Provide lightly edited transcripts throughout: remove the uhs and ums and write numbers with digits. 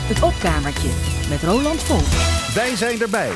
Het opkamertje met Roland Volk. Wij zijn erbij.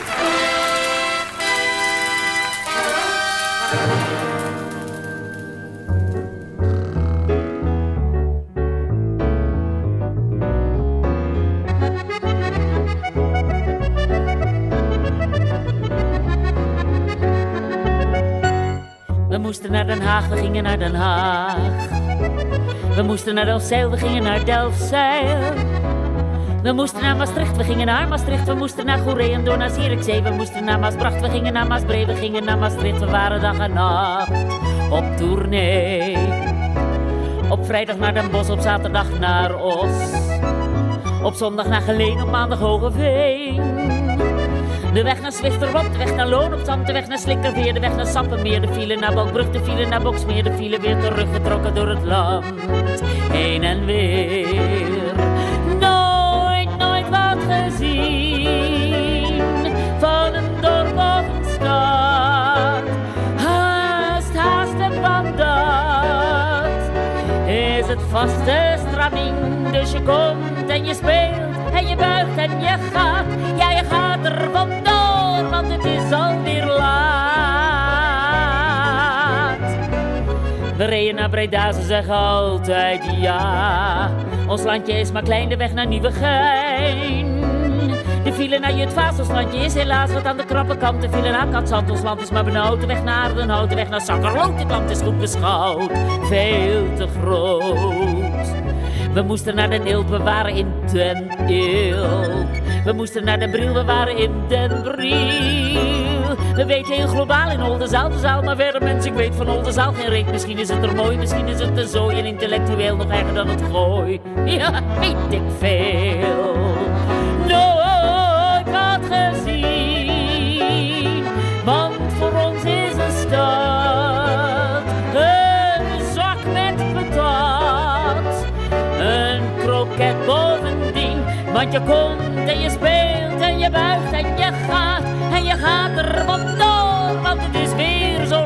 We moesten naar Den Haag, we gingen naar Den Haag. We moesten naar Delfzijl, we gingen naar Delfzijl. We moesten naar Maastricht, we gingen naar Maastricht. We moesten naar Goeree en door naar Zierikzee. We moesten naar Maasbracht, we gingen naar Maasbree. We gingen naar Maastricht, we waren dag en nacht op tournee. Op vrijdag naar Den Bosch, op zaterdag naar Os. Op zondag naar Geleen, op maandag Hogeveen. De weg naar Zwifterwop, de weg naar Loon op Zand, de weg naar Slikkerveer, de weg naar Sappemeer, de file naar Balkbrug, de file naar Boksmeer, de file weer teruggetrokken door het land, heen en weer. Nooit wat gezien van een dorp of een stad, haast en van dat is het vaste stramien. Dus je komt en je speelt en je buigt en je gaat, ja je gaat er vandoor, want het is alweer laat. We reden naar Breda, ze zeggen altijd ja. Ons landje is maar klein, de weg naar Nieuwegein. De file naar Jutphaas, ons landje is helaas wat aan de krappe kant. De file naar Katzand, ons land is maar benauwd. De weg naar Aardenhout, de weg naar Sakkerloot, dit land is goed beschouwd. Veel te groot. We moesten naar Den Ilp, we waren in Den Ilp. We moesten naar Den Briel, we waren in Den Briel. We weten heel globaal in Oldenzaal, de zaal, maar verder mensen, ik weet van Oldenzaal geen reet. Misschien is het er mooi, misschien is het te zooi en intellectueel nog erger dan het gooi. Ja, weet ik veel. Nooit wat gezien, want voor ons is een stad een zak met patat, een kroket bovendien. Want je komt en je speelt en je buigt en je gaat er vandoor, want het is weer zo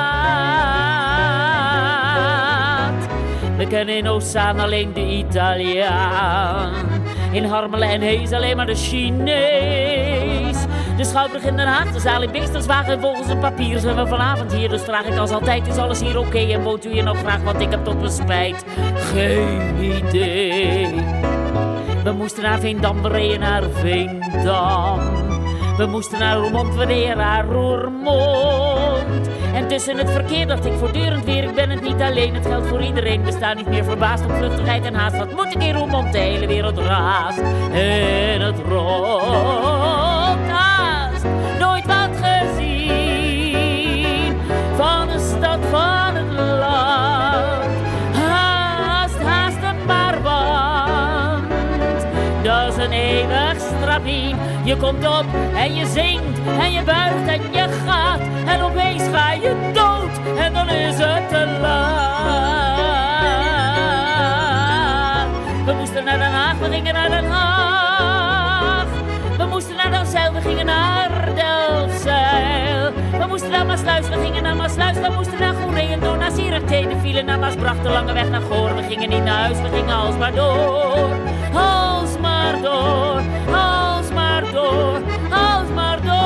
laat. We kennen in Oostzaan alleen de Italiaan, in Harmelen en Hees alleen maar de Chinees. De Schouwburg in Den Haag, de zaal in Beesterswagen en volgens een papier zijn we vanavond hier. Dus vraag ik als altijd, is alles hier oké? En woont u hier nog graag, want ik heb tot mijn spijt geen idee. We moesten naar Veendam, we reden naar Veendam. We moesten naar Roermond, we reden naar Roermond. En tussen het verkeer dacht ik voortdurend weer, ik ben het niet alleen. Het geldt voor iedereen, we staan niet meer verbaasd op vluchtigheid en haast. Wat moet ik in Roermond, de hele wereld raast. En het rolt haast, nooit wat gezien van de stad van het land. Haast en maar want, dat is een eeuwig stramien. Je komt op en je zingt en je buigt en je gaat. En opeens ga je dood en dan is het te laat. We moesten naar Den Haag, we gingen naar Den Haag. We moesten naar Delfzijl, we gingen naar Delfzijl. We moesten naar Maasluis, we gingen naar Maasluis. We moesten naar Goeree en door naar Zierikzee. De file naar Maasbracht, de lange weg naar Goor. We gingen niet naar huis, we gingen alsmaar door. Alsmaar door, alsmaar door, alsmaar door.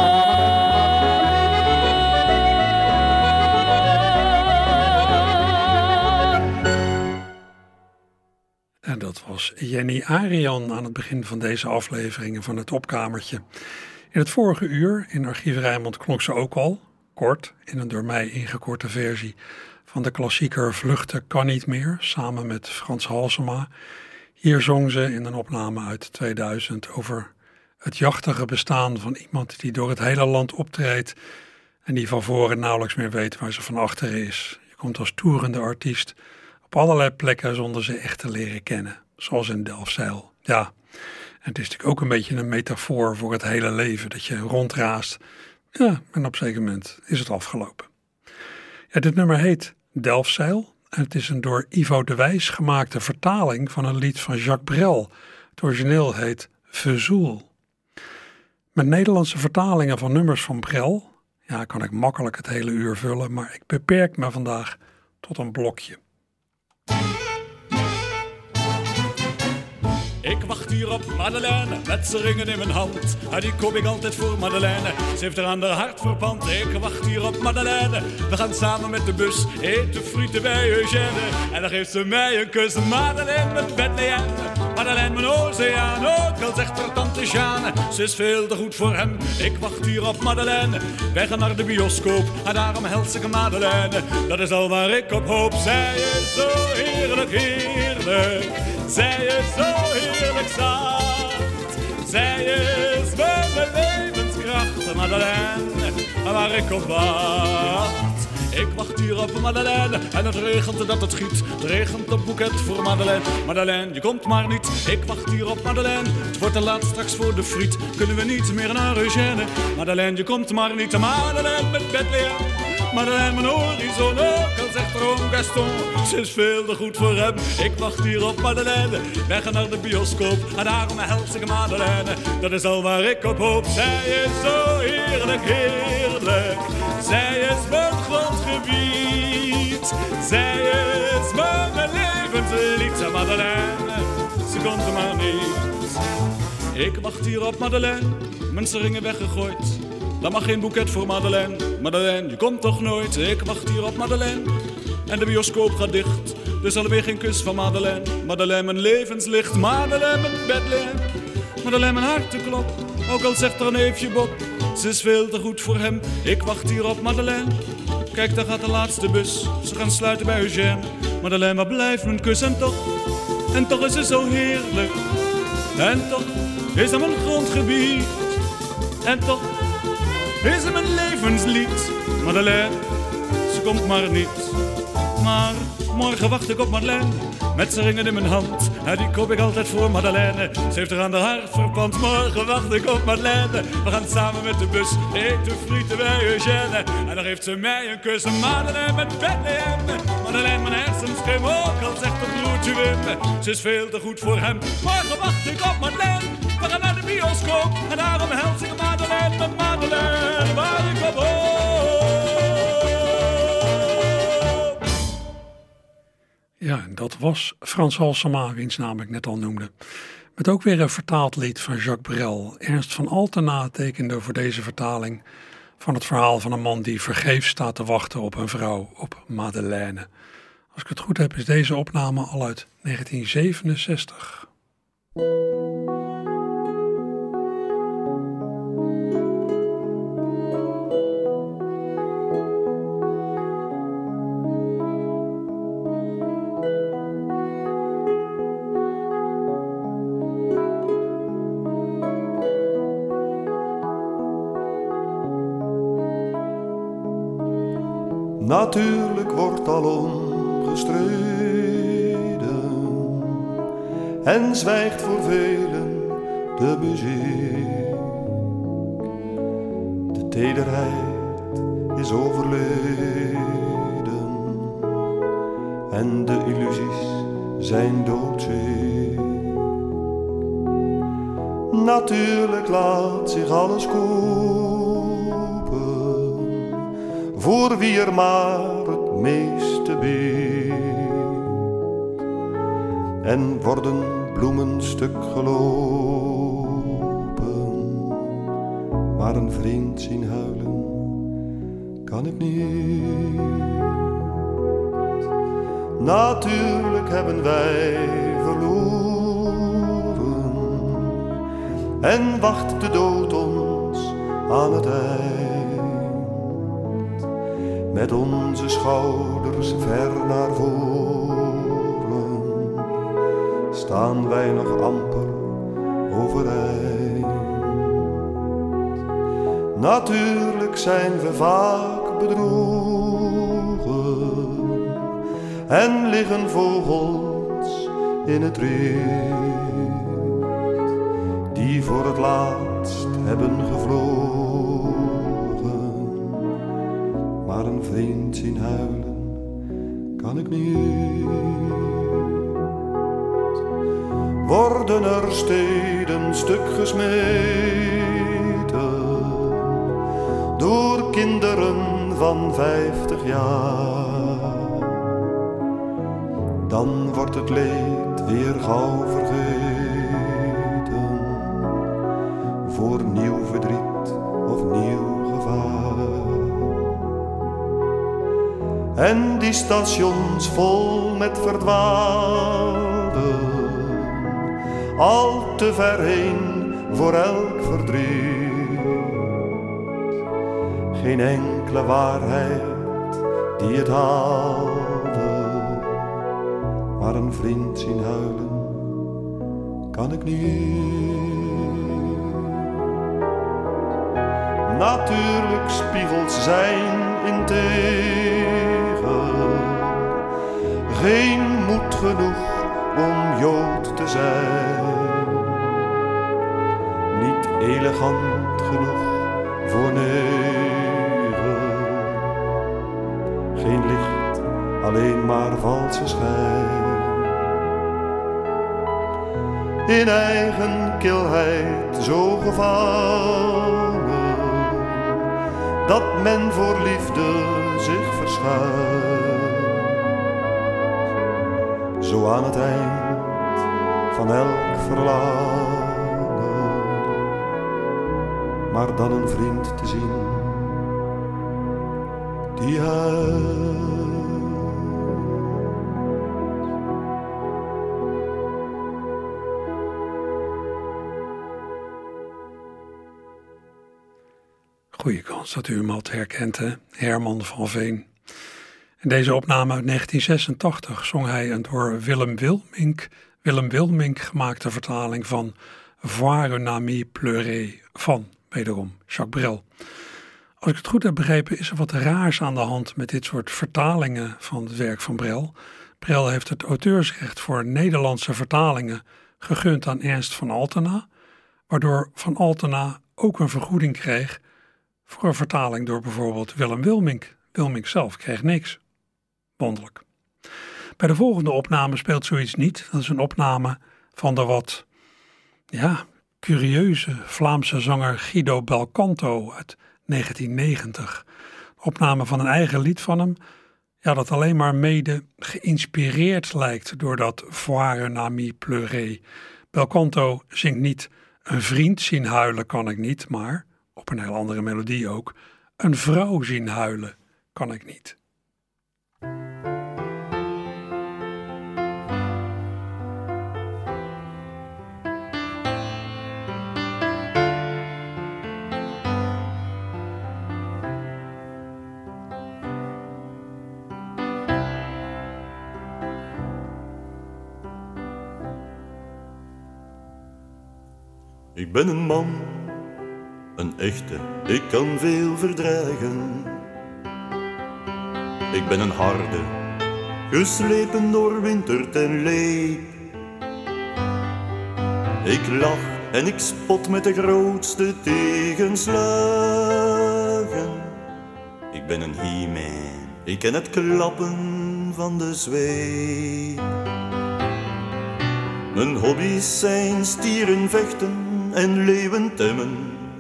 En dat was Jenny Arian aan het begin van deze afleveringen van het Opkamertje. In het vorige uur in Archief Rijnmond klonk ze ook al, kort, in een door mij ingekorte versie van de klassieker Vluchten kan niet meer, samen met Frans Halsema. Hier zong ze in een opname uit 2000 over het jachtige bestaan van iemand die door het hele land optreedt en die van voren nauwelijks meer weet waar ze van achteren is. Je komt als toerende artiest op allerlei plekken zonder ze echt te leren kennen, zoals in Delfzijl. Ja, en het is natuurlijk ook een beetje een metafoor voor het hele leven, dat je rondraast. Ja, en op een zeker moment is het afgelopen. Ja, dit nummer heet Delfzijl en het is een door Ivo de Wijs gemaakte vertaling van een lied van Jacques Brel. Het origineel heet Vesoul. Met Nederlandse vertalingen van nummers van Brel, ja, kan ik makkelijk het hele uur vullen, maar ik beperk me vandaag tot een blokje. Ik wacht hier op Madeleine, met z'n ringen in mijn hand. En die koop ik altijd voor Madeleine, ze heeft er aan haar hart verpand. Ik wacht hier op Madeleine, we gaan samen met de bus eten frieten bij Eugène. En dan geeft ze mij een kus, Madeleine met Bethlehem. Madeleine mijn oceaan, ook al zegt haar tante Jeanne, ze is veel te goed voor hem. Ik wacht hier op Madeleine, wij gaan naar de bioscoop. En daarom hels ik Madeleine, dat is al waar ik op hoop. Zij is zo heerlijk, heerlijk. Zij is zo heerlijk zacht. Zij is mijn levenskracht, Madeleine, waar ik op wacht. Ik wacht hier op Madeleine en het regent dat het giet. Het regent een boeket voor Madeleine. Madeleine, je komt maar niet. Ik wacht hier op Madeleine. Het wordt te laat straks voor de friet. Kunnen we niet meer naar Eugène? Madeleine, je komt maar niet. Madeleine met Bethlehem. Madeleine, mijn horizon, ook al zegt er oom Gaston, ze is veel te goed voor hem. Ik wacht hier op Madeleine, wij gaan naar de bioscoop. En daarom hels ik Madeleine, dat is al waar ik op hoop. Zij is zo heerlijk, heerlijk. Zij is mijn grondgebied. Zij is mijn levenslied. Madeleine, ze komt er maar niet. Ik wacht hier op Madeleine, mensen ringen weggegooid. Dat mag geen boeket voor Madeleine. Madeleine, je komt toch nooit? Ik wacht hier op Madeleine. En de bioscoop gaat dicht, dus alweer geen kus van Madeleine. Madeleine, mijn levenslicht. Madeleine, mijn Bethlehem. Madeleine, mijn hartenklop. Ook al zegt er neefje Bob, ze is veel te goed voor hem. Ik wacht hier op Madeleine. Kijk, daar gaat de laatste bus. Ze gaan sluiten bij Eugène. Madeleine, waar blijft mijn kus? En toch is ze zo heerlijk. En toch is dat mijn grondgebied. En toch is het mijn levenslied. Madeleine, ze komt maar niet. Maar morgen wacht ik op Madeleine, met z'n ringen in mijn hand. En die koop ik altijd voor Madeleine, ze heeft er aan de hart verpand. Morgen wacht ik op Madeleine, we gaan samen met de bus eten frieten bij Eugène. En dan geeft ze mij een kus, Madeleine met Bethlehem. Madeleine, mijn hersenschim, ook al zegt het broertje Wim, ze is veel te goed voor hem. Morgen wacht ik op Madeleine, we gaan naar de bioscoop. En daarom hels ik Madeleine met Madeleine, waar ik op hoop. Ja, en dat was Frans Halsema, wiens naam ik net al noemde. Met ook weer een vertaald lied van Jacques Brel. Ernst van Altena tekende voor deze vertaling van het verhaal van een man die vergeefs staat te wachten op een vrouw, op Madeleine. Als ik het goed heb, is deze opname al uit 1967. Natuurlijk wordt al omgestreden en zwijgt voor velen de muziek. De tederheid is overleden en de illusies zijn doodziek. Natuurlijk laat zich alles voor wie er maar het meeste biedt. En worden bloemen stuk gelopen, maar een vriend zien huilen kan ik niet. Natuurlijk hebben wij verloren en wacht de dood ons aan het eind. Met onze schouders ver naar voren staan wij nog amper overeind. Natuurlijk zijn we vaak bedrogen en liggen vogels in het riet die voor het laatst hebben gevlogen. Maar een vriend zien huilen kan ik niet. Worden er steden stuk gesmeten door kinderen van 50 jaar, dan wordt het leed weer gauw vergeten voor nieuw verdriet of nieuw gevaar. En die stations vol met verdwaalden, al te ver heen voor elk verdriet. Geen enkele waarheid die het haalde, maar een vriend zien huilen kan ik niet. Natuurlijk spiegels zijn integer, geen moed genoeg om Jood te zijn, niet elegant genoeg voor neger, geen licht, alleen maar valse schijn. In eigen kilheid zo gevangen, dat men voor liefde zich verschuilt. Zo aan het eind van elk verlangen, maar dan een vriend te zien die huilt. Goeie kans dat u hem had herkend, hè? Herman van Veen. In deze opname uit 1986 zong hij een door Willem Wilmink gemaakte vertaling van Voir un ami pleurer van, wederom, Jacques Brel. Als ik het goed heb begrepen is er wat raars aan de hand met dit soort vertalingen van het werk van Brel. Brel heeft het auteursrecht voor Nederlandse vertalingen gegund aan Ernst van Altena, waardoor Van Altena ook een vergoeding kreeg voor een vertaling door bijvoorbeeld Willem Wilmink. Wilmink zelf kreeg niks. Wonderlijk. Bij de volgende opname speelt zoiets niet. Dat is een opname van de wat, curieuze Vlaamse zanger Guido Belcanto uit 1990. Een opname van een eigen lied van hem, dat alleen maar mede geïnspireerd lijkt door dat Voir un ami pleurer. Belcanto zingt niet een vriend zien huilen kan ik niet, maar op een heel andere melodie ook, een vrouw zien huilen kan ik niet. Ik ben een man, een echte, ik kan veel verdragen. Ik ben een harde, geslepen door winter ten leep. Ik lach en ik spot met de grootste tegenslagen. Ik ben een He-Man, ik ken het klappen van de zweep. Mijn hobby's zijn stieren vechten en leeuwen temmen.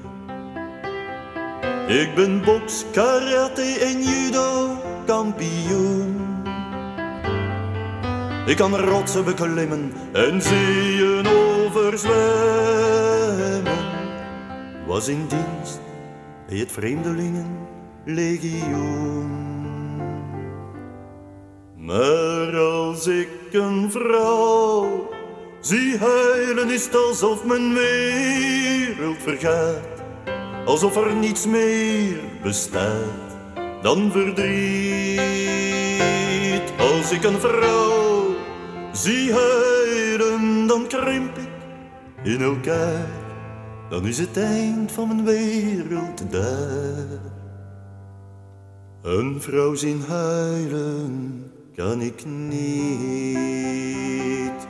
Ik ben boks, karate en judo kampioen. Ik kan rotsen beklimmen en zeeën overzwemmen. Was in dienst bij het Vreemdelingenlegioen. Maar als ik een vrouw zie huilen, is het alsof mijn wereld vergaat, alsof er niets meer bestaat dan verdriet. Als ik een vrouw zie huilen, dan krimp ik in elkaar, dan is het eind van mijn wereld daar. Een vrouw zien huilen kan ik niet.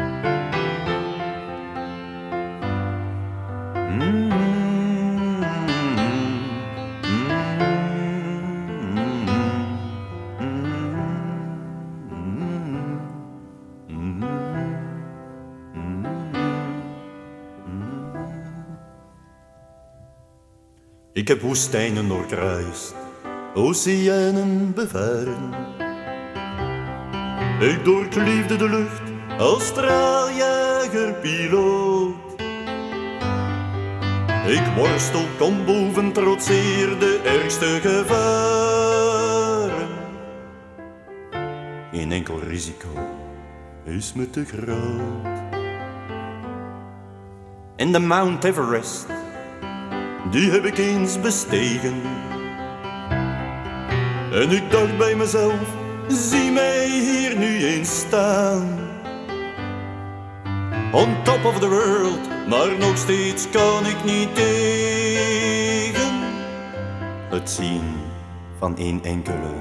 Ik heb woestijnen doorkruist, oceanen bevaren. Ik doorkliefde de lucht als straaljager-piloot. Ik worstel, kom boven, trotseer de ergste gevaren. Geen enkel risico is me te groot. En de Mount Everest, die heb ik eens bestegen. En ik dacht bij mezelf, zie mij hier nu eens staan. On top of the world, maar nog steeds kan ik niet tegen het zien van één enkele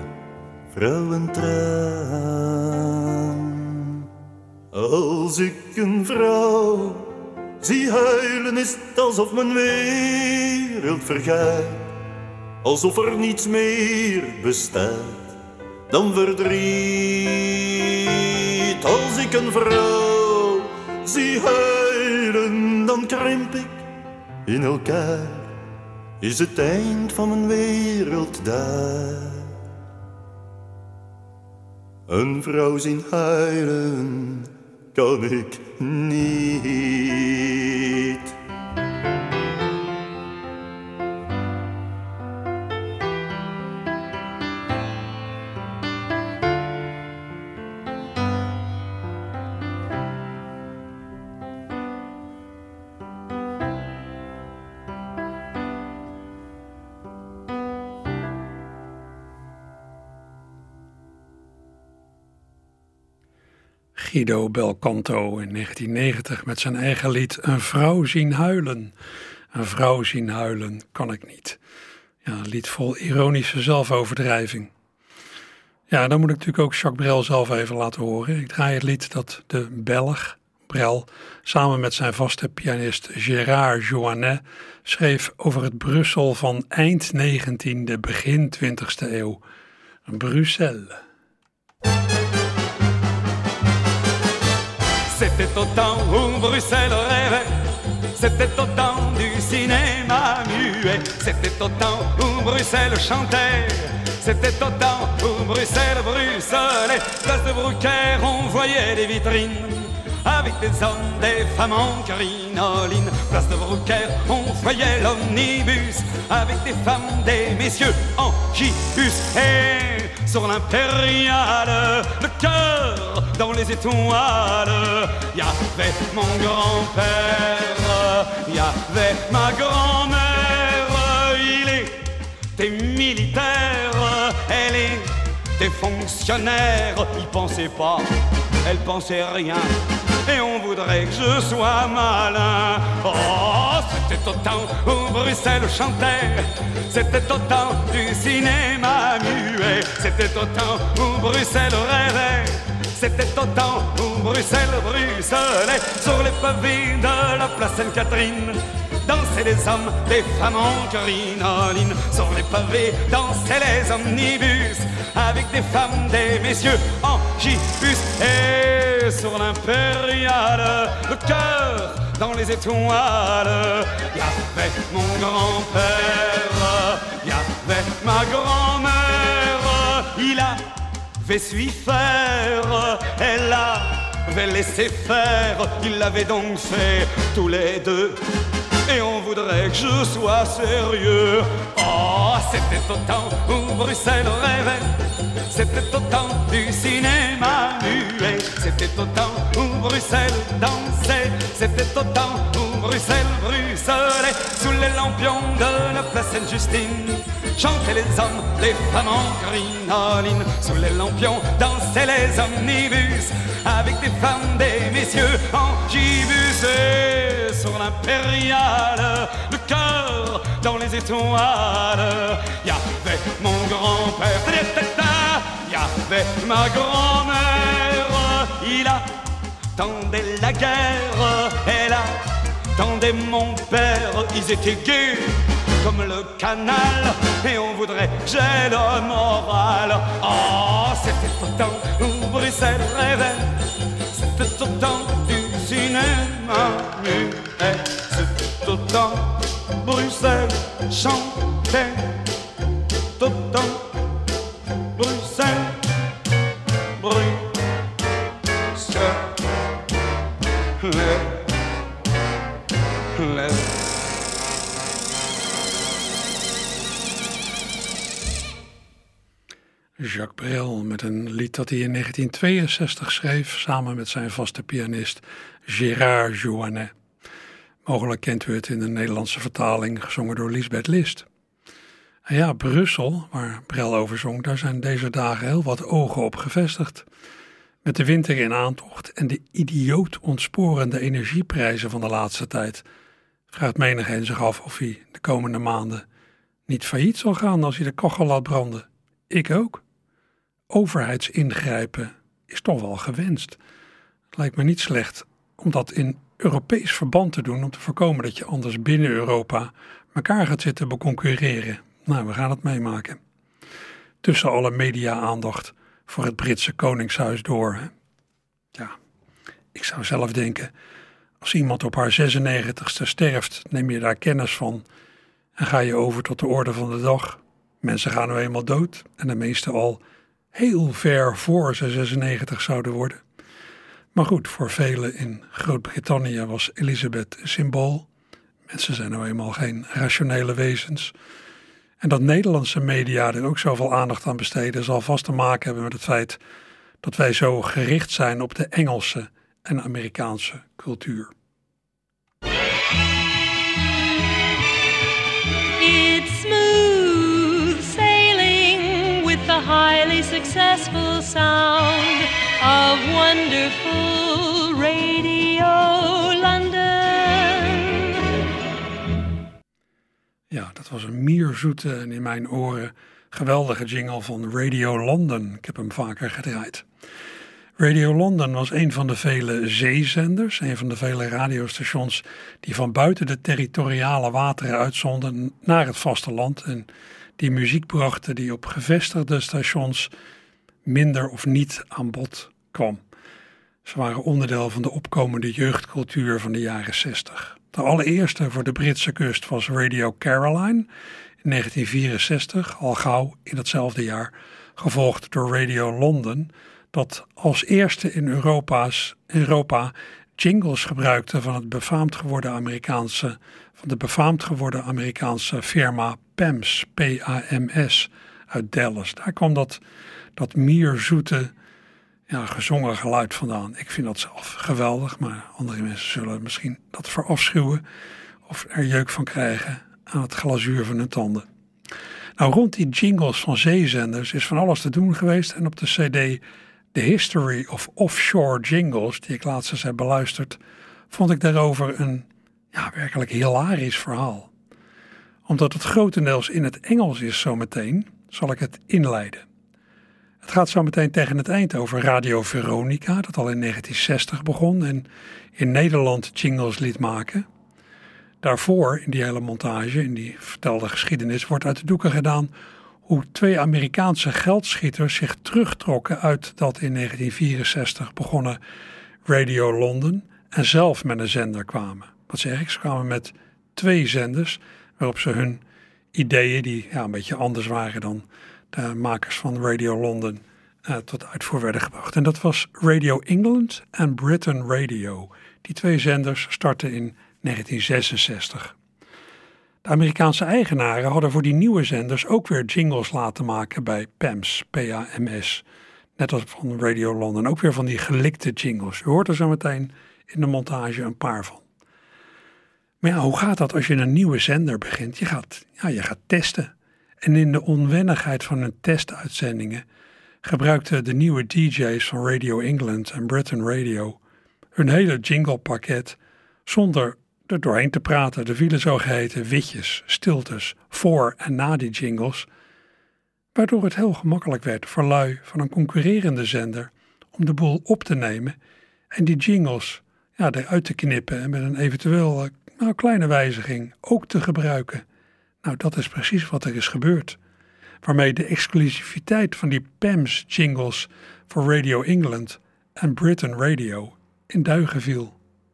vrouwentraan. Als ik een vrouw zie huilen, is het alsof mijn wereld vergaat. Alsof er niets meer bestaat dan verdriet. Als ik een vrouw zie huilen, dan krimp ik in elkaar. Is het eind van mijn wereld daar. Een vrouw zien huilen kan ik niet. Guido Belcanto in 1990 met zijn eigen lied Een vrouw zien huilen. Een vrouw zien huilen kan ik niet. Ja, een lied vol ironische zelfoverdrijving. Ja, dan moet ik natuurlijk ook Jacques Brel zelf even laten horen. Ik draai het lied dat de Belg, Brel, samen met zijn vaste pianist Gérard Joannet schreef over het Brussel van eind 19e, begin 20e eeuw. Bruxelles. C'était au temps où Bruxelles rêvait, c'était au temps du cinéma muet, c'était au temps où Bruxelles chantait, c'était au temps où Bruxelles bruxelait. Place de Broeckère, on voyait des vitrines avec des hommes, des femmes en crinoline. Place de Broeckère, on voyait l'omnibus avec des femmes, des messieurs en gibus. Et sur l'impériale, le cœur dans les étoiles, y avait mon grand-père, y avait ma grand-mère. Il était militaire, elle était fonctionnaire. Il pensait pas, elle pensait rien, et on voudrait que je sois malin. Oh, c'était au temps où Bruxelles chantait, c'était au temps du cinéma muet, c'était au temps où Bruxelles rêvait, c'était au temps où Bruxelles bruxelait. Sur les pavés de la place Sainte-Catherine dansaient les hommes, les femmes en crinoline. Sur les pavés dansaient les omnibus avec des femmes, des messieurs en gibus. Et sur l'impériale, le cœur dans les étoiles, y avait mon grand-père, y avait ma grand-mère. Il avait su faire, elle avait laissé faire. Ils l'avaient donc fait tous les deux, et on voudrait que je sois sérieux. Oh, c'était au temps où Bruxelles rêvait, c'était au temps du cinéma muet, c'était au temps où Bruxelles dansait, c'était au temps où Bruxelles bruxelait. Sous les lampions de la place Sainte-Justine chantaient les hommes, les femmes en crinoline. Sous les lampions dansaient les omnibus avec des femmes, des messieurs en gibus. Et sur l'impériale, le cœur dans les étoiles, y avait mon grand-père, y avait ma grand-mère. Il attendait la guerre, elle attendait mon père. Ils étaient gais comme le canal, et on voudrait que j'ai le moral. Oh, c'était au temps où Bruxelles rêvait, c'était au temps du cinéma muet, c'était au temps Bruxelles chantait, tout au temps Bruxelles bruxelait. Jacques Brel met een lied dat hij in 1962 schreef samen met zijn vaste pianist Gérard Jouanet. Mogelijk kent u het in de Nederlandse vertaling, gezongen door Lisbeth List. En ja, Brussel, waar Brel over zong, daar zijn deze dagen heel wat ogen op gevestigd. Met de winter in aantocht en de idioot ontsporende energieprijzen van de laatste tijd vraagt menigeen zich af of hij de komende maanden niet failliet zal gaan als hij de kachel laat branden. Ik ook. Overheidsingrijpen is toch wel gewenst. Het lijkt me niet slecht om dat in Europees verband te doen om te voorkomen dat je anders binnen Europa elkaar gaat zitten beconcurreren. Nou, we gaan het meemaken. Tussen alle media-aandacht voor het Britse Koningshuis door. Hè? Ja, ik zou zelf denken, als iemand op haar 96ste sterft, neem je daar kennis van en ga je over tot de orde van de dag. Mensen gaan nou eenmaal dood en de meeste al heel ver voor ze 96 zouden worden. Maar goed, voor velen in Groot-Brittannië was Elizabeth een symbool. Mensen zijn nou eenmaal geen rationele wezens. En dat Nederlandse media er ook zoveel aandacht aan besteden zal vast te maken hebben met het feit dat wij zo gericht zijn op de Engelse en Amerikaanse cultuur. It's smooth sailing with the highly successful sound of wonderful Radio London. Ja, dat was een mierzoete en in mijn oren geweldige jingle van Radio London. Ik heb hem vaker gedraaid. Radio London was een van de vele zeezenders, een van de vele radiostations die van buiten de territoriale wateren uitzonden naar het vasteland en die muziek brachten die op gevestigde stations minder of niet aan bod kwam. Ze waren onderdeel van de opkomende jeugdcultuur van de jaren 60. De allereerste voor de Britse kust was Radio Caroline in 1964, al gauw in datzelfde jaar, gevolgd door Radio London, dat als eerste in Europa jingles gebruikte van de befaamd geworden Amerikaanse firma PAMS, P-A-M-S, uit Dallas. Daar kwam dat mierzoete, gezongen geluid vandaan. Ik vind dat zelf geweldig, maar andere mensen zullen misschien dat verafschuwen of er jeuk van krijgen aan het glazuur van hun tanden. Nou, rond die jingles van zeezenders is van alles te doen geweest en op de cd The History of Offshore Jingles, die ik laatst eens heb beluisterd, vond ik daarover een werkelijk hilarisch verhaal. Omdat het grotendeels in het Engels is zometeen, zal ik het inleiden. Het gaat zo meteen tegen het eind over Radio Veronica, dat al in 1960 begon en in Nederland jingles liet maken. Daarvoor, in die hele montage, in die vertelde geschiedenis, wordt uit de doeken gedaan hoe 2 Amerikaanse geldschieters zich terugtrokken uit dat in 1964 begonnen Radio London en zelf met een zender kwamen. Wat zeg ik? Ze kwamen met 2 zenders waarop ze hun ideeën, die een beetje anders waren dan de makers van Radio London, tot uitvoer werden gebracht. En dat was Radio England en Britain Radio. Die 2 zenders startten in 1966. De Amerikaanse eigenaren hadden voor die nieuwe zenders ook weer jingles laten maken bij PAMS, P-A-M-S. Net als van Radio London, ook weer van die gelikte jingles. U hoort er zo meteen in de montage een paar van. Maar hoe gaat dat als je een nieuwe zender begint? Je gaat testen. En in de onwennigheid van hun testuitzendingen gebruikten de nieuwe DJ's van Radio England en Britain Radio hun hele jinglepakket zonder er doorheen te praten. Er vielen zogeheten witjes, stiltes voor en na die jingles, waardoor het heel gemakkelijk werd voor lui van een concurrerende zender om de boel op te nemen en die jingles eruit te knippen en met een eventueel kleine wijziging ook te gebruiken. Nou, dat is precies wat er is gebeurd. Waarmee de exclusiviteit van die PAMS jingles voor Radio England en Britain Radio in duigen viel.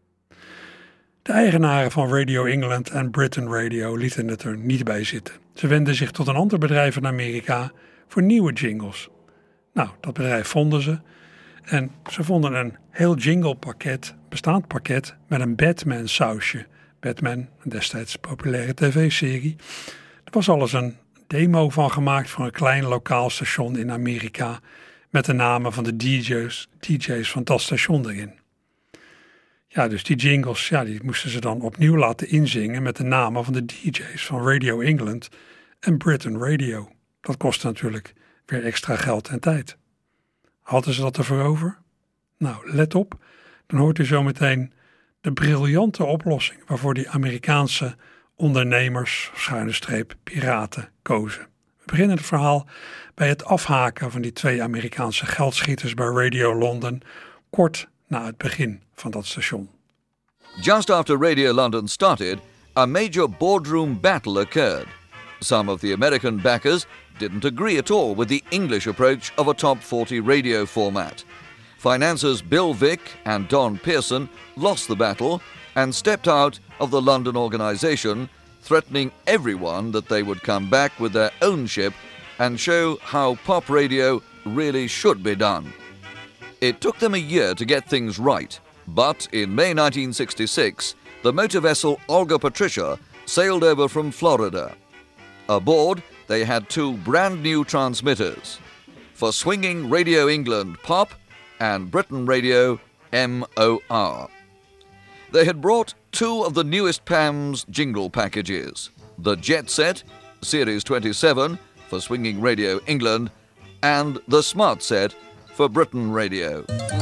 De eigenaren van Radio England en Britain Radio lieten het er niet bij zitten. Ze wenden zich tot een ander bedrijf in Amerika voor nieuwe jingles. Nou, dat bedrijf vonden ze. En ze vonden een heel jinglepakket, bestaand pakket, met een Batman sausje. Batman, een destijds populaire tv-serie. Er was alles een demo van gemaakt voor een klein lokaal station in Amerika met de namen van de DJ's van dat station erin. Ja, dus die jingles, die moesten ze dan opnieuw laten inzingen met de namen van de DJ's van Radio England en Britain Radio. Dat kostte natuurlijk weer extra geld en tijd. Hadden ze dat ervoor over? Nou, let op, dan hoort u zometeen de briljante oplossing waarvoor die Amerikaanse ondernemers, piraten, kozen. We beginnen het verhaal bij het afhaken van die 2 Amerikaanse geldschieters bij Radio London, kort na het begin van dat station. Just after Radio London started, a major boardroom battle occurred. Some of the American backers didn't agree at all with the English approach of a top 40 radio format. Financiers Bill Vick and Don Pearson lost the battle and stepped out of the London organisation, threatening everyone that they would come back with their own ship and show how pop radio really should be done. It took them a year to get things right, but in May 1966, the motor vessel Olga Patricia sailed over from Florida. Aboard, they had 2 brand new transmitters, for Swinging Radio England Pop and Britain Radio MOR. They had brought 2 of the newest PAM's jingle packages, the Jet Set, Series 27, for Swinging Radio England, and the Smart Set for Britain Radio.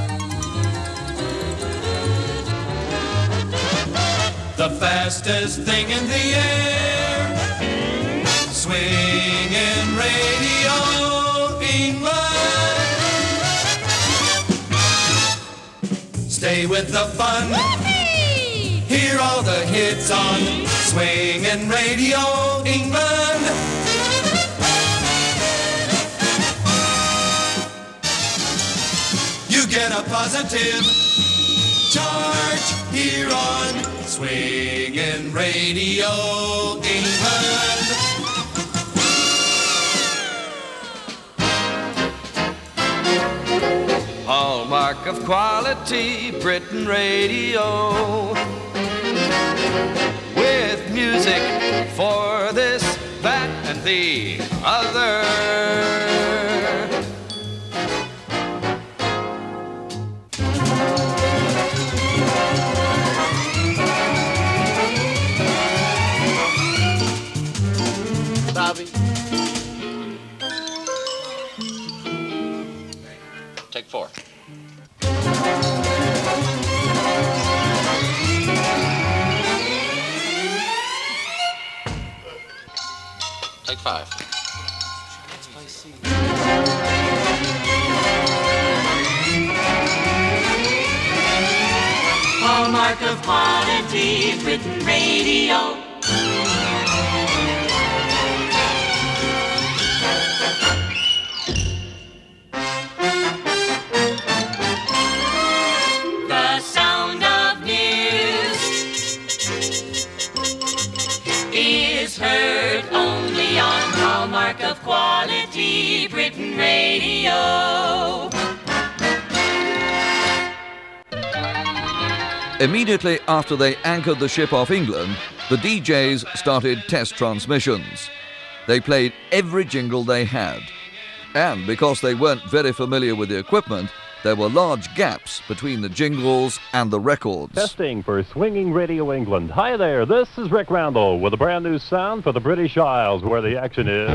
The fastest thing in the air, Swinging Radio England. Stay with the fun, hear all the hits on Swinging Radio England. You get a positive charge here on Swinging Radio England. Hallmark of quality, Britain Radio. With music for this, that, and the other. Bobby. Take 4. Take 5. Hallmark of quality, Britain Radio. The sound of news is heard only on Hallmark of quality, Britain Radio. Immediately after they anchored the ship off England, the DJs started test transmissions. They played every jingle they had. And because they weren't very familiar with the equipment, there were large gaps between the jingles and the records. Testing for Swinging Radio England. Hi there, this is Rick Randall with a brand new sound for the British Isles, where the action is...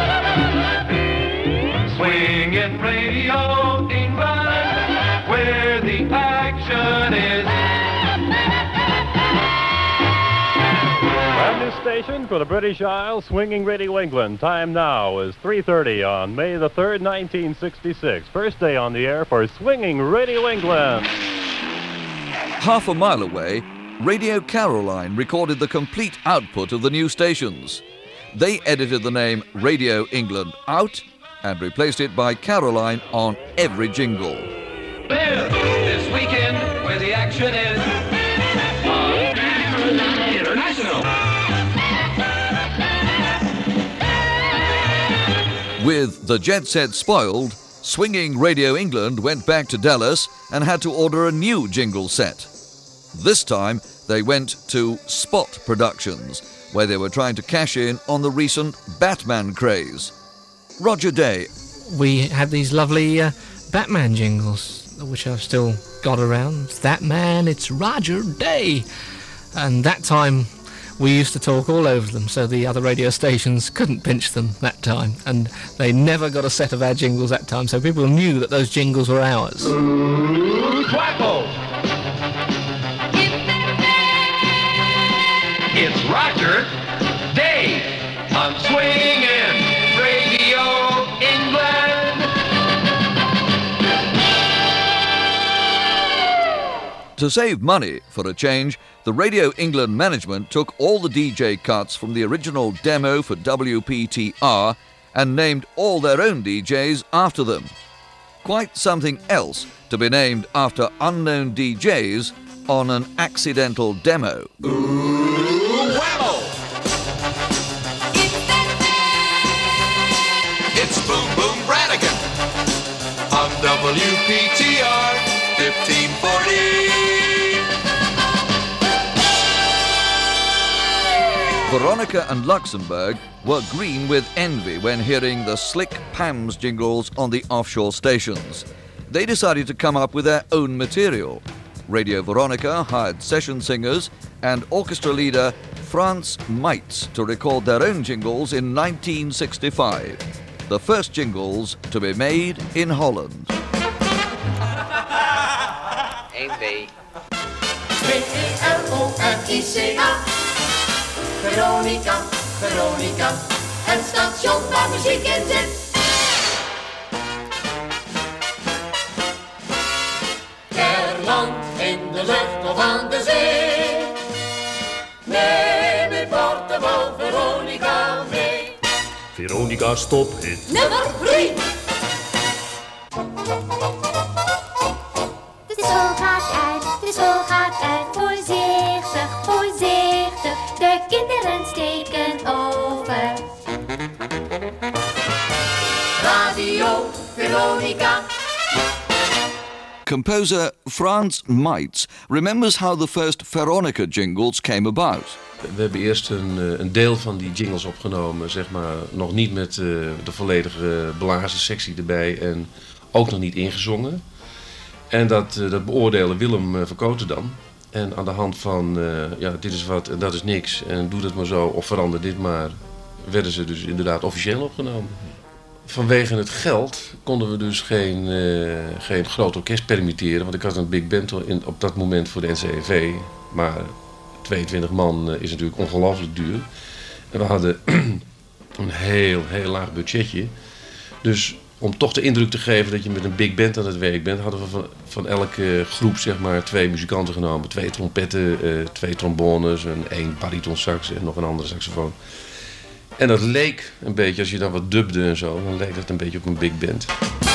Swinging Radio England, where the action is. Brand new station for the British Isles, Swinging Radio England. Time now is 3:30 on May the 3rd, 1966. First day on the air for Swinging Radio England. Half a mile away, Radio Caroline recorded the complete output of the new stations. They edited the name Radio England out and replaced it by Caroline on every jingle. Live this weekend where the action is on Caroline International. With the jet set spoiled, Swinging Radio England went back to Dallas and had to order a new jingle set. This time, they went to Spot Productions, where they were trying to cash in on the recent Batman craze. Roger Day. We had these lovely Batman jingles, which I've still got around. It's that man, it's Roger Day. And that time we used to talk all over them, so the other radio stations couldn't pinch them that time. And they never got a set of our jingles that time, so people knew that those jingles were ours. Twapple! It's Roger Day on Swingin' Radio England. To save money, for a change, the Radio England management took all the DJ cuts from the original demo for WPTR and named all their own DJs after them. Quite something else to be named after unknown DJs on an accidental demo. It's Boom Boom Brannigan on WPTR 1540. Veronica and Luxembourg were green with envy when hearing the slick Pam's jingles on the offshore stations. They decided to come up with their own material. Radio Veronica hired session singers and orchestra leader Frans Meitz to record their own jingles in 1965. The first jingles to be made in Holland. 1B. V-E-R-O-N-I-C-A. Veronica, Veronica. Het station waar muziek in zit. Per land, in de lucht of aan de zee. Neem in Portugal Veronica mee. Veronica stophit. Nummer 3. De school gaat uit, de school gaat uit. Voorzichtig, voorzichtig. De kinderen steken over. Radio Veronica. Composer Frans Meitz remembers how the first Veronica jingles came about. We hebben eerst een deel van die jingles opgenomen, zeg maar, nog niet met de volledige blazen sectie erbij en ook nog niet ingezongen. En dat beoordeelde Willem Verkoten dan. En aan de hand van, dit is wat en dat is niks en doe dat maar zo of verander dit maar, werden ze dus inderdaad officieel opgenomen. Vanwege het geld konden we dus geen groot orkest permitteren, want ik had een big band op dat moment voor de NCV, maar 22 man is natuurlijk ongelooflijk duur. En we hadden een heel laag budgetje. Dus om toch de indruk te geven dat je met een big band aan het werk bent, hadden we van elke groep zeg maar 2 muzikanten genomen. 2 trompetten, 2 trombones, 1 baritonsax en nog een andere saxofoon. En dat leek een beetje, als je dan wat dubde en zo, dan leek dat een beetje op een big band.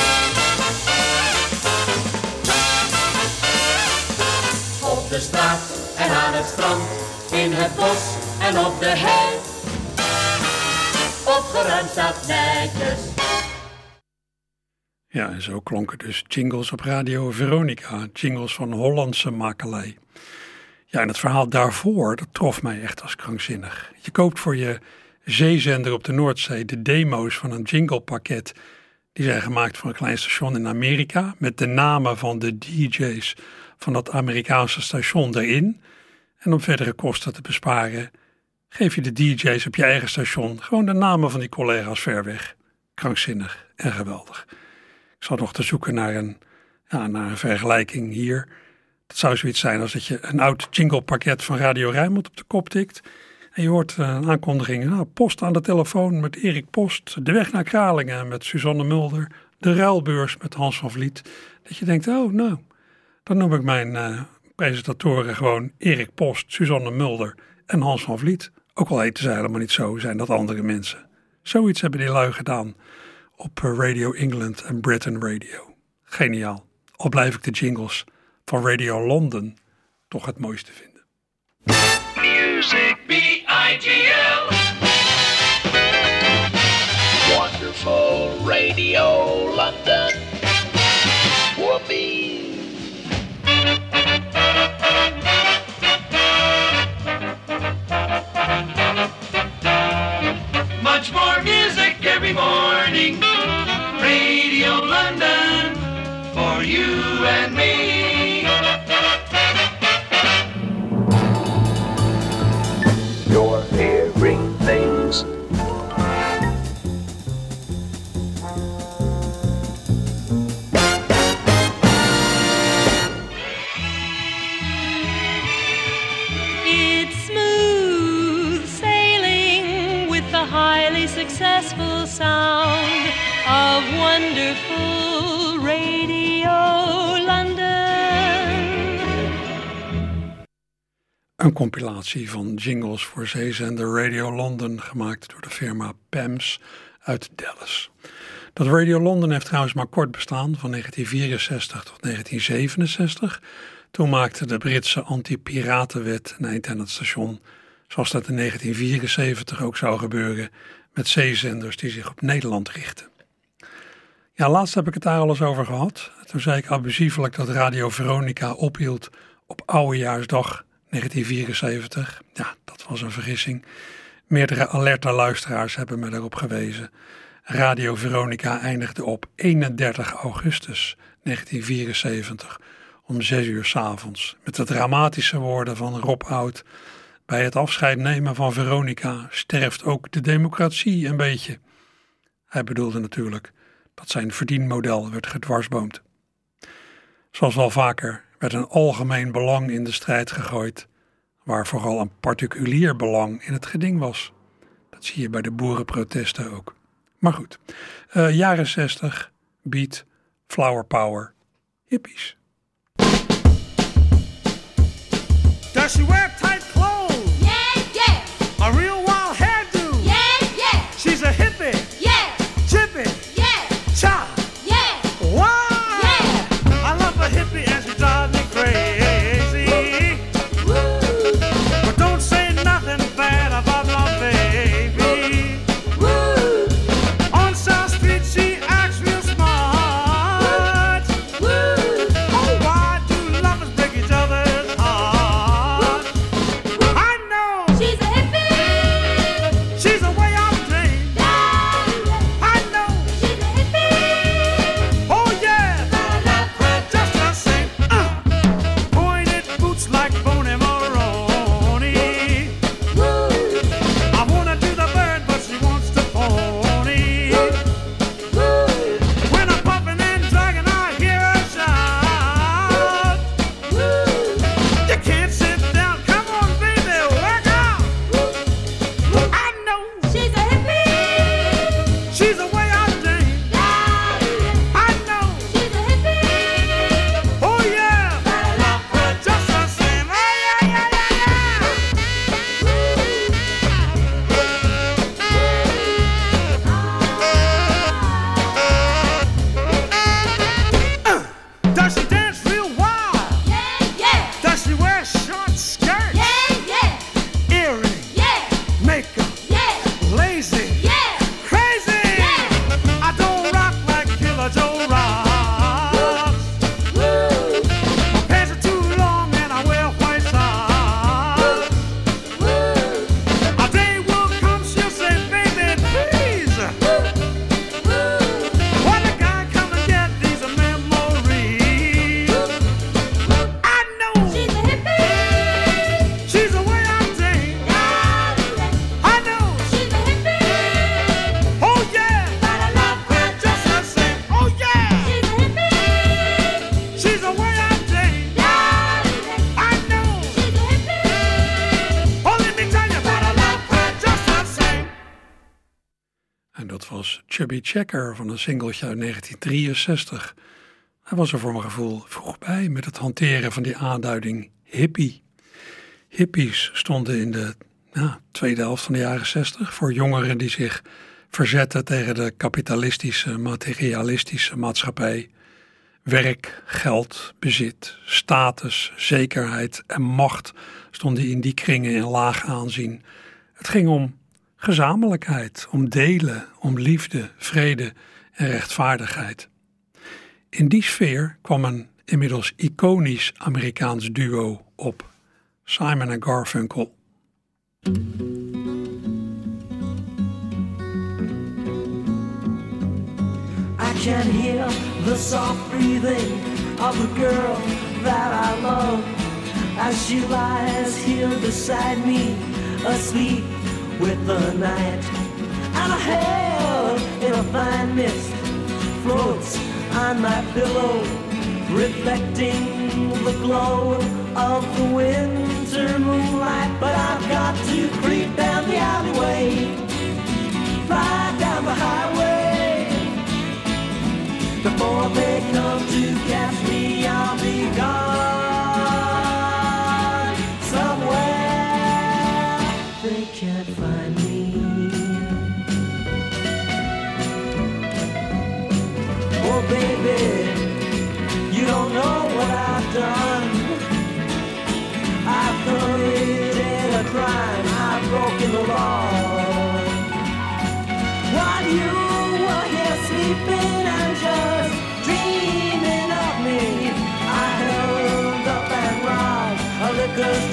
Op de straat en aan het strand, in het bos en op de hei. Opgeruimd staat netjes. Ja, en zo klonken dus jingles op Radio Veronica, jingles van Hollandse makelij. Ja, en het verhaal daarvoor, dat trof mij echt als krankzinnig. Je koopt voor je zeezender op de Noordzee de demo's van een jinglepakket. Die zijn gemaakt voor een klein station in Amerika, met de namen van de DJ's van dat Amerikaanse station erin. En om verdere kosten te besparen, geef je de DJ's op je eigen station gewoon de namen van die collega's ver weg. Krankzinnig en geweldig. Ik zat nog te zoeken naar een vergelijking hier. Dat zou zoiets zijn als dat je een oud jinglepakket van Radio Rijnmond op de kop tikt. En je hoort een aankondiging. Post aan de telefoon met Erik Post. De weg naar Kralingen met Suzanne Mulder. De ruilbeurs met Hans van Vliet. Dat je denkt, oh nou, dan noem ik mijn presentatoren gewoon Erik Post, Suzanne Mulder en Hans van Vliet. Ook al heten zij helemaal niet zo, zijn dat andere mensen. Zoiets hebben die lui gedaan op Radio England en Britain Radio. Geniaal. Al blijf ik de jingles van Radio London toch het mooiste vinden. Music B-I-G-L. Wonderful Radio London. Whoopee. wildly successful sound of wonderful Radio London. Een compilatie van jingles voor zeezender Radio London, gemaakt door de firma PAMS uit Dallas. Dat Radio London heeft trouwens maar kort bestaan, van 1964 tot 1967. Toen maakte de Britse anti-piratenwet een eind aan het station, zoals dat in 1974 ook zou gebeuren met zeezenders die zich op Nederland richten. Ja, laatst heb ik het daar al eens over gehad. Toen zei ik abusievelijk dat Radio Veronica ophield op Oudejaarsdag 1974. Ja, dat was een vergissing. Meerdere alerte luisteraars hebben me daarop gewezen. Radio Veronica eindigde op 31 augustus 1974 om 6 uur 's avonds met de dramatische woorden van Rob Oud: bij het afscheid nemen van Veronica sterft ook de democratie een beetje. Hij bedoelde natuurlijk dat zijn verdienmodel werd gedwarsboomd. Zoals wel vaker werd een algemeen belang in de strijd gegooid, waar vooral een particulier belang in het geding was. Dat zie je bij de boerenprotesten ook. Maar goed, jaren 60, beat, flower power, hippies. Does she wear tight clothes? Yeah, yeah. A real wild hairdo? Yeah, yeah. She's a hippie? Yeah. Chippy? Yeah. Cha? Yeah. Wow! Yeah. I love a hippie and she drives me crazy. Woo. But don't say nothing bad about my baby. Woo. On South Street she acts real smart. Woo. Oh, why do lovers break each other's heart? I know She's a hippie. she's a way out dream. I know, She's a hippie. oh yeah, just the same. Pointed boots like Boney Maroney. Woo. I wanna do the bird, but she wants the pony. Woo. When I'm puffing and dragging, I hear her shout. Woo. You can't sit down, come on baby, work out. I know She's a hippie. she's a way out dream. I know, She's a hippie. oh yeah, just the same. Hey, yeah, yeah, yeah. Does she dance real wild? Yeah, yeah. Does she wear short skirts? Yeah, yeah. Earrings, Yeah. makeup, Yeah. lazy, Yeah. crazy. Yeah. I don't rock like Killer Joe rocks. Woo. My pants are too long and I wear white socks. Woo. A day will come, she'll say, baby, please. When a guy come and get these memories. I know She's a hippie. she's a way out dream. I know, She's a hippie. oh yeah, just the same. Oh yeah, She's a hippie. she's a way out dream. I know, She's a hippie. oh let me tell you about a love her just the same. En dat was Chubby Checker van een singeltje uit 1963. Hij was er voor mijn gevoel vroeg bij met het hanteren van die aanduiding hippie. Hippies stonden in de tweede helft van de jaren 60 voor jongeren die zich verzetten tegen de kapitalistische, materialistische maatschappij. Werk, geld, bezit, status, zekerheid en macht stonden in die kringen in laag aanzien. Het ging om gezamenlijkheid, om delen, om liefde, vrede en rechtvaardigheid. In die sfeer kwam een inmiddels iconisch Amerikaans duo op, Simon en Garfunkel. I can hear the soft breathing of the girl that I love as she lies here beside me, asleep with the night. And a hair in a fine mist floats on my pillow, reflecting the glow of the winter moonlight. But I've got to creep down the alleyway, fly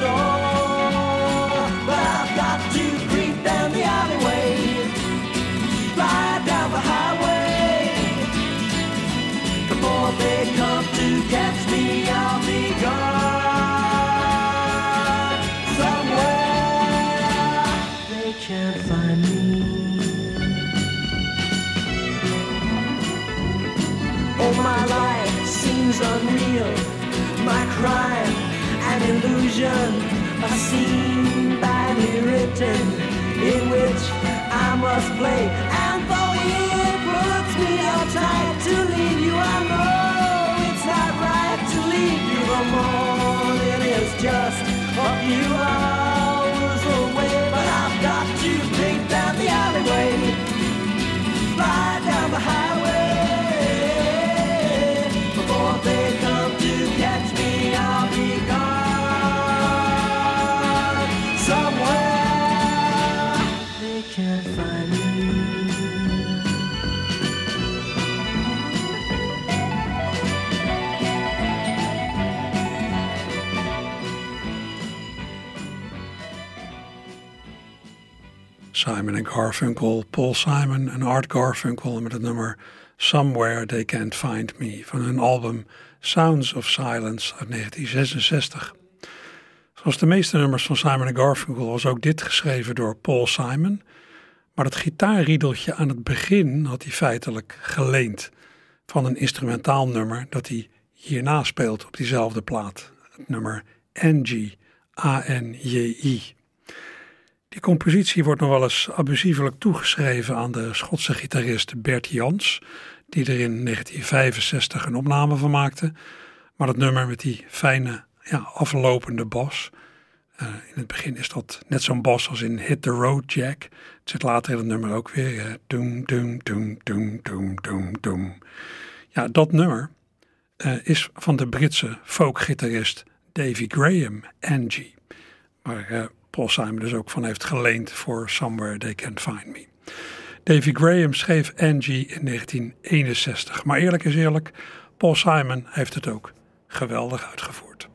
door. But I've got to creep down the alleyway, fly down the highway. Before they come to catch me, I'll be gone. Somewhere they can't find me. Oh, my life seems unreal, my crime an illusion, a scene badly written in which I must play. And though it puts me uptight to leave you, I know it's not right to leave you. The morning is just a few hours away, but I've got to creep down the alleyway, fly down the highway. Before they come to catch me, I'll be gone. Somewhere they can't find me. Simon en Garfunkel, Paul Simon en Art Garfunkel met het nummer Somewhere They Can't Find Me van hun album Sounds of Silence uit 1966. Zoals de meeste nummers van Simon en Garfunkel was ook dit geschreven door Paul Simon, maar het gitaarriedeltje aan het begin had hij feitelijk geleend van een instrumentaal nummer dat hij hierna speelt op diezelfde plaat, het nummer Angie, A-N-J-I. Die compositie wordt nog wel eens abusievelijk toegeschreven aan de Schotse gitarist Bert Jansch, die er in 1965 een opname van maakte. Maar het nummer met die fijne, aflopende bas. In het begin is dat net zo'n bas als in Hit the Road Jack. Het zit later in het nummer ook weer. Doem, doem, doem, doem, doem, doem, doem. Ja, dat nummer is van de Britse folkgitarist Davy Graham, Angie. Waar Paul Simon dus ook van heeft geleend voor Somewhere They Can't Find Me. Davy Graham schreef Angie in 1961. Maar eerlijk is eerlijk, Paul Simon heeft het ook geweldig uitgevoerd.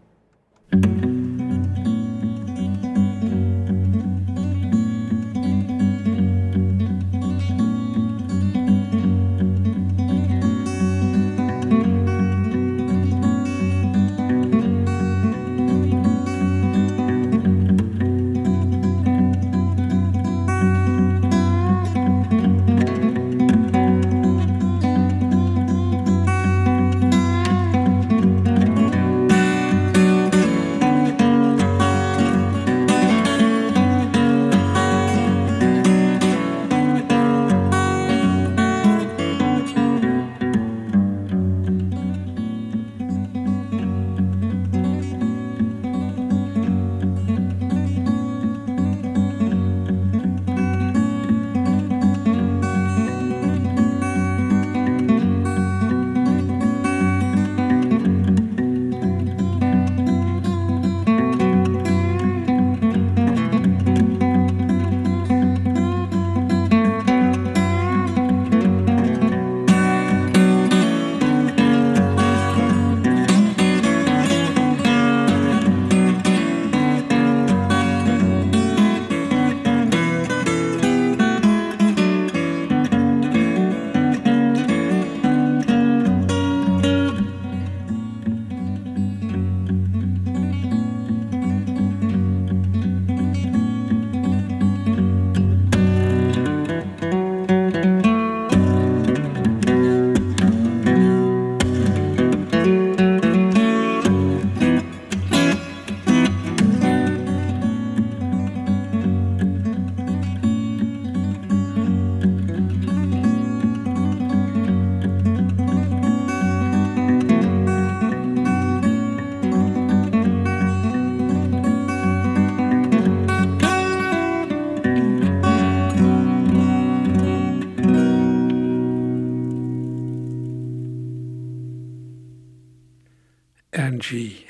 Angie,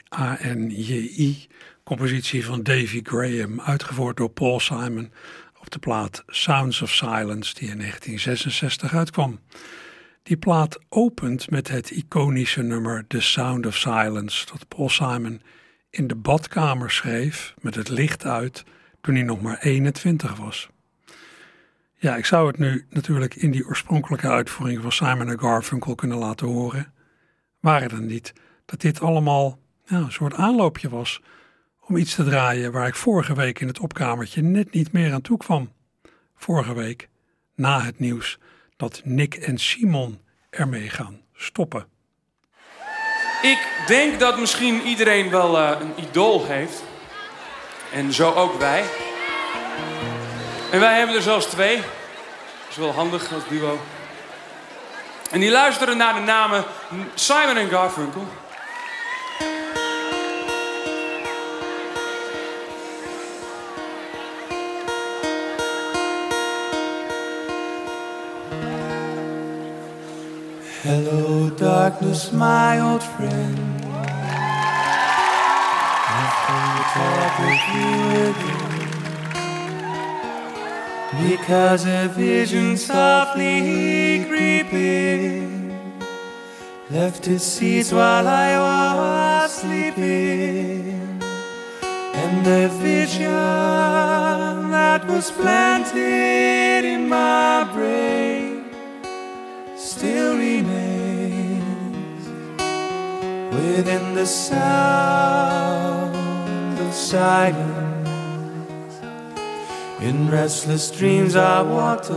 A-N-J-I, compositie van Davy Graham, uitgevoerd door Paul Simon op de plaat Sounds of Silence die in 1966 uitkwam. Die plaat opent met het iconische nummer The Sound of Silence dat Paul Simon in de badkamer schreef met het licht uit toen hij nog maar 21 was. Ja, ik zou het nu natuurlijk in die oorspronkelijke uitvoering van Simon & Garfunkel kunnen laten horen. Waren het niet dat dit allemaal een soort aanloopje was om iets te draaien waar ik vorige week in het opkamertje net niet meer aan toe kwam. Vorige week, na het nieuws dat Nick en Simon ermee gaan stoppen. Ik denk dat misschien iedereen wel een idool heeft. En zo ook wij. En wij hebben er zelfs 2. Dat is wel handig als duo. En die luisteren naar de namen Simon & Garfunkel. Hello, darkness, my old friend. Nothing to talk with you again. Because a vision softly creeping left its seeds while I was sleeping. And the vision that was planted in my brain still remains within the sound of silence. In restless dreams I walked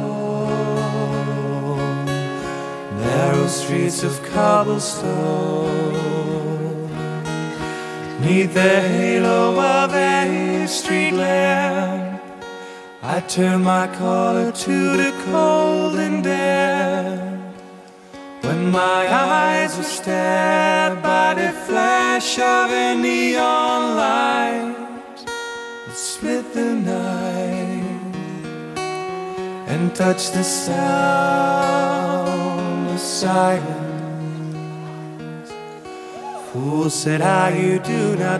alone, narrow streets of cobblestone. Neath the halo of a street lamp, I turned my collar to the cold and damp. When my eyes were stabbed by the flash of a neon light that split the night and touched the sound of silence. Fool, said I, you do not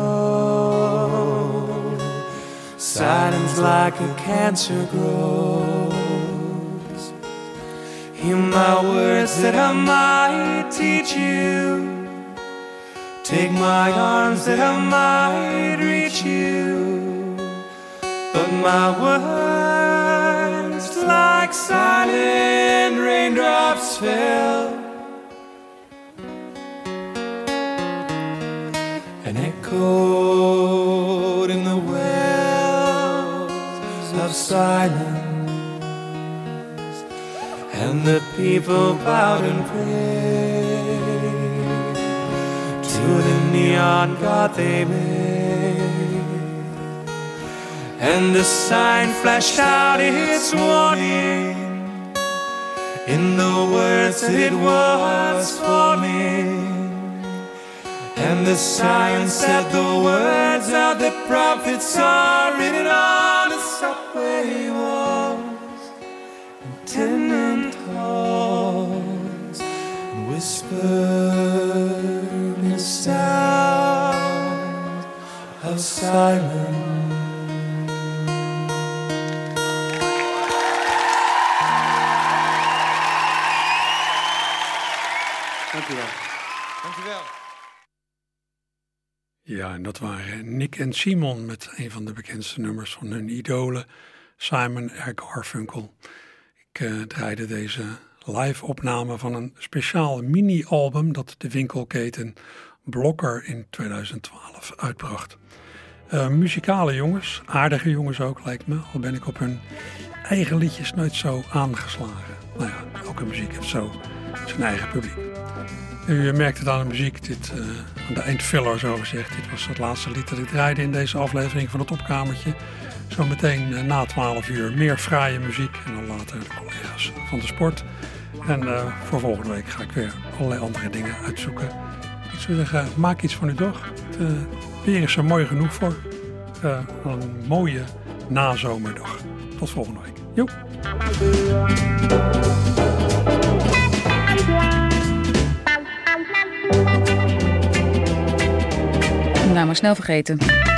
know. Silence like a cancer grows. Hear my words that I might teach you. Take my arms that I might reach you. But my words like silent raindrops fell and echoed in the wells of silence. And the people bowed and prayed to the neon god they made. And the sign flashed out its warning in the words that it was forming. And the sign said the words of the prophets are written on the subway walls and tenement halls, and whispered in the sound of silence. Dankjewel. Dankjewel. Ja, en dat waren Nick en Simon met een van de bekendste nummers van hun idolen, Simon & Garfunkel. Ik draaide deze live-opname van een speciaal mini-album dat de winkelketen Blokker in 2012 uitbracht. Muzikale jongens, aardige jongens ook lijkt me, al ben ik op hun eigen liedjes nooit zo aangeslagen. Nou ja, elke muziek heeft zo zijn eigen publiek. U merkt het aan de muziek, aan de eindfiller zo gezegd. Dit was het laatste lied dat ik draaide in deze aflevering van het Opkamertje. Zometeen na 12 uur meer fraaie muziek en dan later de collega's van de sport. En voor volgende week ga ik weer allerlei andere dingen uitzoeken. Ik zou zeggen, maak iets van uw dag. Weer is er mooi genoeg voor. Een mooie nazomerdag. Tot volgende week. Joep. Nou, maar snel vergeten.